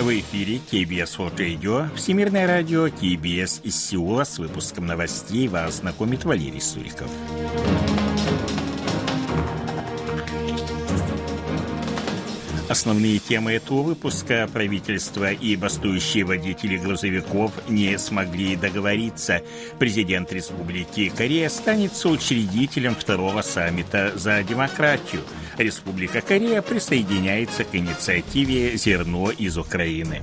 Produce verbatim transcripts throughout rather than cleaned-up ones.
В эфире кей би эс World Radio, Всемирное радио кей би эс из Сеула. С выпуском новостей вас знакомит Валерий Суриков. Основные темы этого выпуска: правительство и бастующие водители грузовиков не смогли договориться. Президент Республики Корея останется учредителем второго саммита за демократию. Республика Корея присоединяется к инициативе «Зерно из Украины».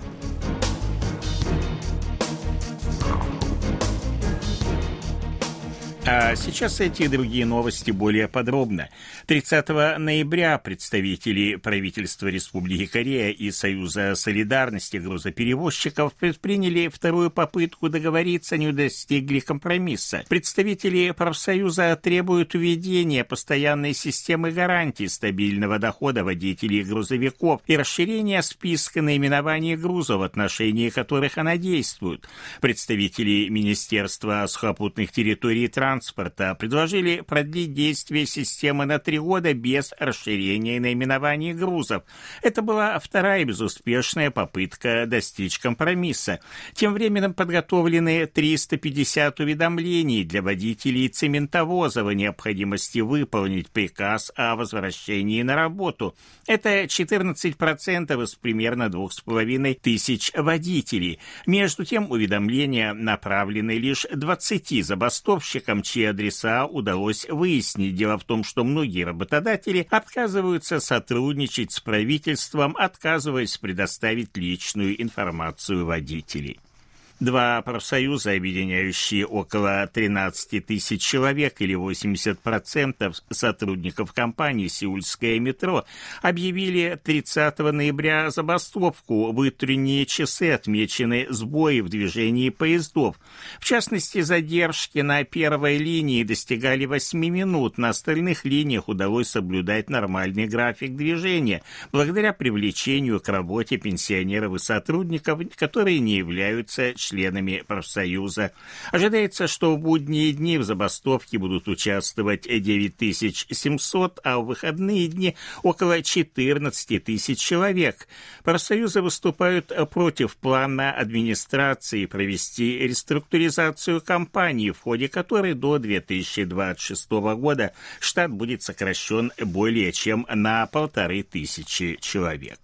А сейчас эти и другие новости более подробно. тридцатого ноября представители правительства Республики Корея и Союза солидарности грузоперевозчиков предприняли вторую попытку договориться, не достигли компромисса. Представители профсоюза требуют введения постоянной системы гарантий стабильного дохода водителей грузовиков и расширения списка наименований грузов, в отношении которых она действует. Представители Министерства сухопутных территорий и транспорта транспорта предложили продлить действие системы на три года без расширения наименований грузов. Это была вторая безуспешная попытка достичь компромисса. Тем временем подготовлены триста пятьдесят уведомлений для водителей цементовозов о необходимости выполнить приказ о возвращении на работу. Это четырнадцать процентов из примерно двух с половиной тысяч водителей. Между тем, уведомления направлены лишь двадцати забастовщикам, чьи адреса удалось выяснить. Дело в том, что многие работодатели отказываются сотрудничать с правительством, отказываясь предоставить личную информацию водителей. Два профсоюза, объединяющие около тринадцати тысяч человек или восемьдесят процентов сотрудников компании «Сеульское метро», объявили тридцатого ноября забастовку. В утренние часы отмечены сбои в движении поездов. В частности, задержки на первой линии достигали восьми минут. На остальных линиях удалось соблюдать нормальный график движения, благодаря привлечению к работе пенсионеров и сотрудников, которые не являются членами профсоюза. Ожидается, что в будние дни в забастовке будут участвовать девять тысяч семьсот, а в выходные дни около четырнадцати тысяч человек. Профсоюзы выступают против плана администрации провести реструктуризацию компании, в ходе которой до две тысячи двадцать шестого года штат будет сокращен более чем на полторы тысячи человек.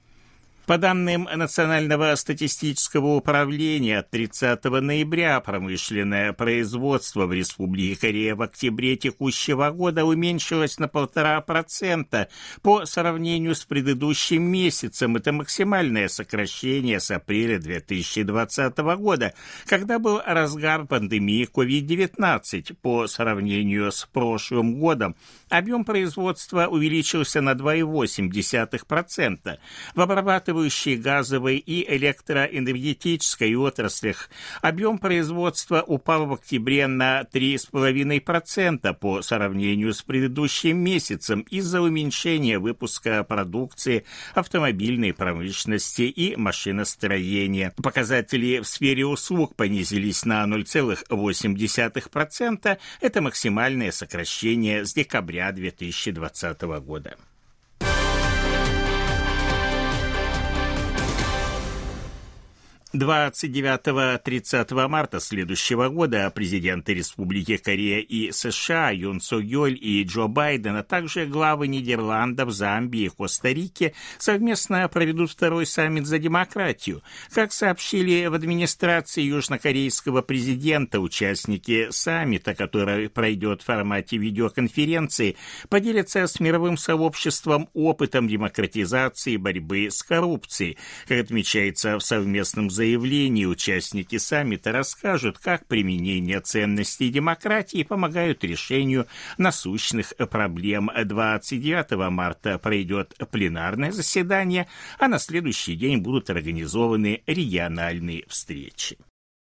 По данным Национального статистического управления, от тридцатого ноября промышленное производство в Республике Корея в октябре текущего года уменьшилось на полтора процента по сравнению с предыдущим месяцем. Это максимальное сокращение с апреля две тысячи двадцатого года, когда был разгар пандемии ковид девятнадцать. По сравнению с прошлым годом объем производства увеличился на два целых восемь десятых процента. В обрабатывающей газовой и электроэнергетической отраслях объем производства упал в октябре на три целых пять десятых процента по сравнению с предыдущим месяцем из-за уменьшения выпуска продукции автомобильной промышленности и машиностроения. Показатели в сфере услуг понизились на ноль целых восемь десятых процента. Это максимальное сокращение с декабря две тысячи двадцатого года. двадцать девятого-тридцатого марта следующего года президенты Республики Корея и США Юн Сок-йоль и Джо Байден, а также главы Нидерландов, Замбии и Коста-Рики совместно проведут второй саммит за демократию. Как сообщили в администрации южнокорейского президента, участники саммита, который пройдет в формате видеоконференции, поделятся с мировым сообществом опытом демократизации и борьбы с коррупцией. Как отмечается в совместном заявлении, участники саммита расскажут, как применение ценностей демократии помогают решению насущных проблем. двадцать девятого марта пройдет пленарное заседание, а на следующий день будут организованы региональные встречи.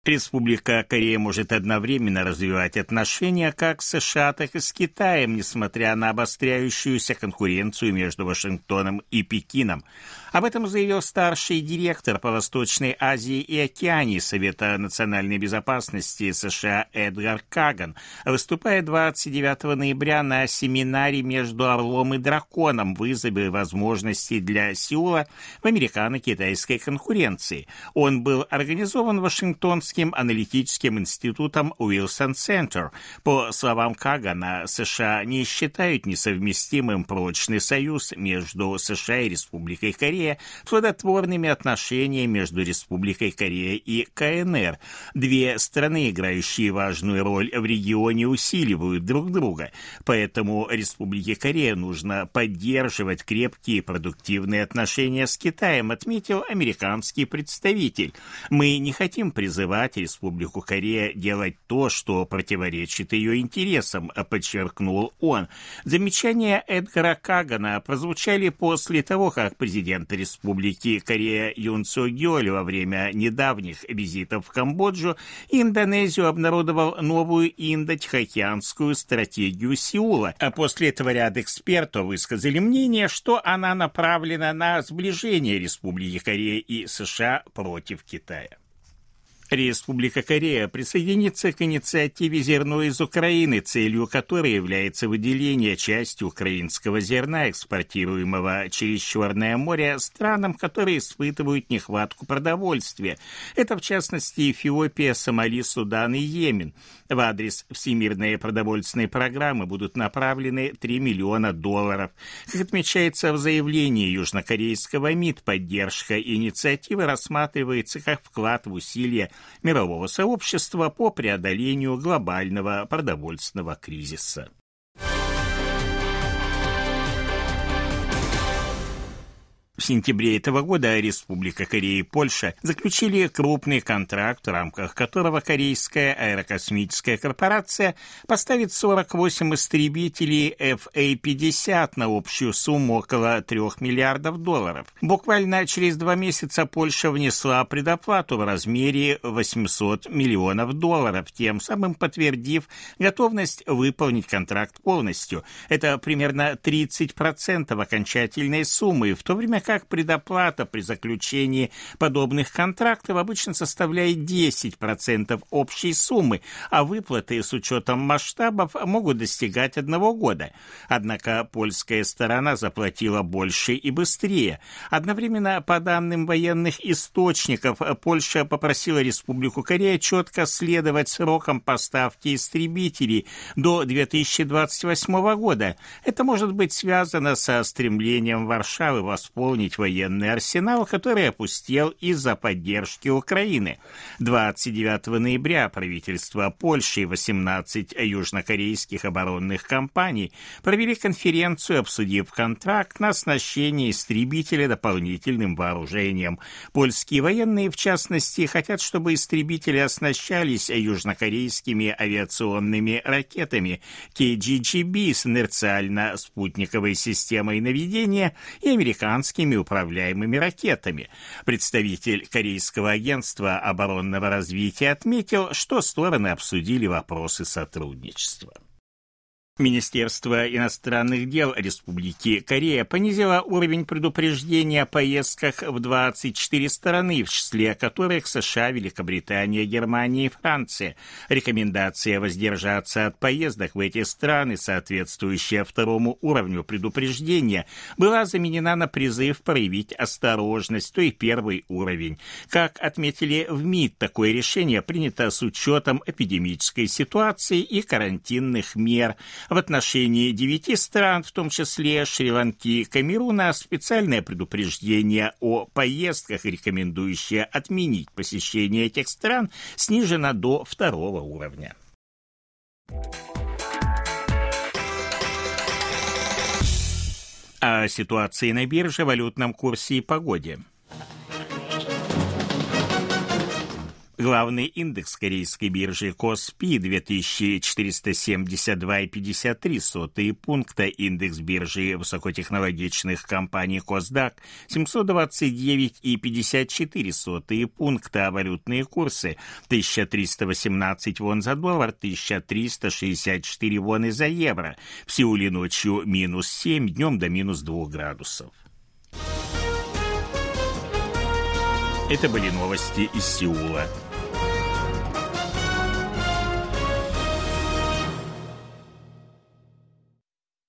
Республика Корея может одновременно развивать отношения как с США, так и с Китаем, несмотря на обостряющуюся конкуренцию между Вашингтоном и Пекином. Об этом заявил старший директор по Восточной Азии и Океании Совета национальной безопасности США Эдгар Каган, выступая двадцать девятого ноября на семинаре между Орлом и Драконом «Вызовы возможностей для Сеула в американо-китайской конкуренции». Он был организован Вашингтонским аналитическим институтом Уилсон Центр. По словам Кагана, США не считают несовместимым прочный союз между США и Республикой Корея с плодотворными отношениями между Республикой Корея и КНР. Две страны, играющие важную роль в регионе, усиливают друг друга. Поэтому Республике Корея нужно поддерживать крепкие и продуктивные отношения с Китаем, отметил американский представитель. Мы не хотим призывать Республику Корея делать то, что противоречит ее интересам, подчеркнул он. Замечания Эдгара Кагана прозвучали после того, как президент Республики Корея Юн Су Гёль во время недавних визитов в Камбоджу и Индонезию обнародовал новую индо-тихоокеанскую стратегию Сеула. А после этого ряд экспертов высказали мнение, что она направлена на сближение Республики Корея и США против Китая. Республика Корея присоединится к инициативе «Зерно из Украины», целью которой является выделение части украинского зерна, экспортируемого через Черное море, странам, которые испытывают нехватку продовольствия. Это, в частности, Эфиопия, Сомали, Судан и Йемен. В адрес Всемирной продовольственной программы будут направлены три миллиона долларов. Как отмечается в заявлении южнокорейского МИД, поддержка инициативы рассматривается как вклад в усилия мирового сообщества по преодолению глобального продовольственного кризиса. В сентябре этого года Республика Корея и Польша заключили крупный контракт, в рамках которого корейская аэрокосмическая корпорация поставит сорок восемь истребителей эф эй пятьдесят на общую сумму около трех миллиардов долларов. Буквально через два месяца Польша внесла предоплату в размере восемьсот миллионов долларов, тем самым подтвердив готовность выполнить контракт полностью. Это примерно тридцать процентов окончательной суммы, в то время как предоплата при заключении подобных контрактов обычно составляет десять процентов общей суммы, а выплаты с учетом масштабов могут достигать одного года. Однако польская сторона заплатила больше и быстрее. Одновременно, по данным военных источников, Польша попросила Республику Корея четко следовать срокам поставки истребителей до две тысячи двадцать восьмого года. Это может быть связано со стремлением Варшавы восполнить военный арсенал, который опустел из-за поддержки Украины. двадцать девятого ноября правительство Польши и восемнадцать южнокорейских оборонных компаний провели конференцию, обсудив контракт на оснащение истребителя дополнительным вооружением. Польские военные, в частности, хотят, чтобы истребители оснащались южнокорейскими авиационными ракетами кей джи джи би с инерциально-спутниковой системой наведения и американскими управляемыми ракетами. Представитель Корейского агентства оборонного развития отметил, что стороны обсудили вопросы сотрудничества. Министерство иностранных дел Республики Корея понизило уровень предупреждения о поездках в двадцать четыре страны, в числе которых США, Великобритания, Германия и Франция. Рекомендация воздержаться от поездок в эти страны, соответствующая второму уровню предупреждения, была заменена на призыв проявить осторожность, то и первый уровень. Как отметили в МИД, такое решение принято с учетом эпидемической ситуации и карантинных мер. В отношении девяти стран, в том числе Шри-Ланки и Камеруна, специальное предупреждение о поездках, рекомендующее отменить посещение этих стран, снижено до второго уровня. О ситуации на бирже, валютном курсе и погоде. Главный индекс корейской биржи Коспи две тысячи четыреста семьдесят два и пятьдесят три сотые пункта, индекс биржи высокотехнологичных компаний Косдак семьсот двадцать девять и пятьдесят четыре сотые пункта, валютные курсы тысяча триста восемнадцать вон за доллар, тысяча триста шестьдесят четыре воны за евро. В Сеуле ночью минус семь, днем до минус двух градусов. Это были новости из Сеула.